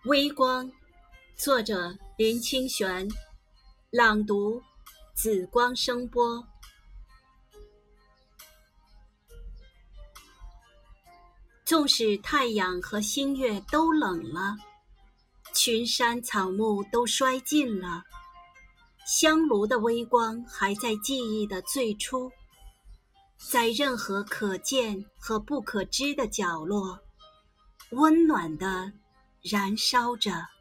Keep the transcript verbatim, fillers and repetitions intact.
微光，作者林清玄，朗读紫光声波。纵使太阳和星月都冷了，群山草木都衰尽了，香炉的微光还在记忆的最初，在任何可见和不可知的角落，温暖地燃烧着。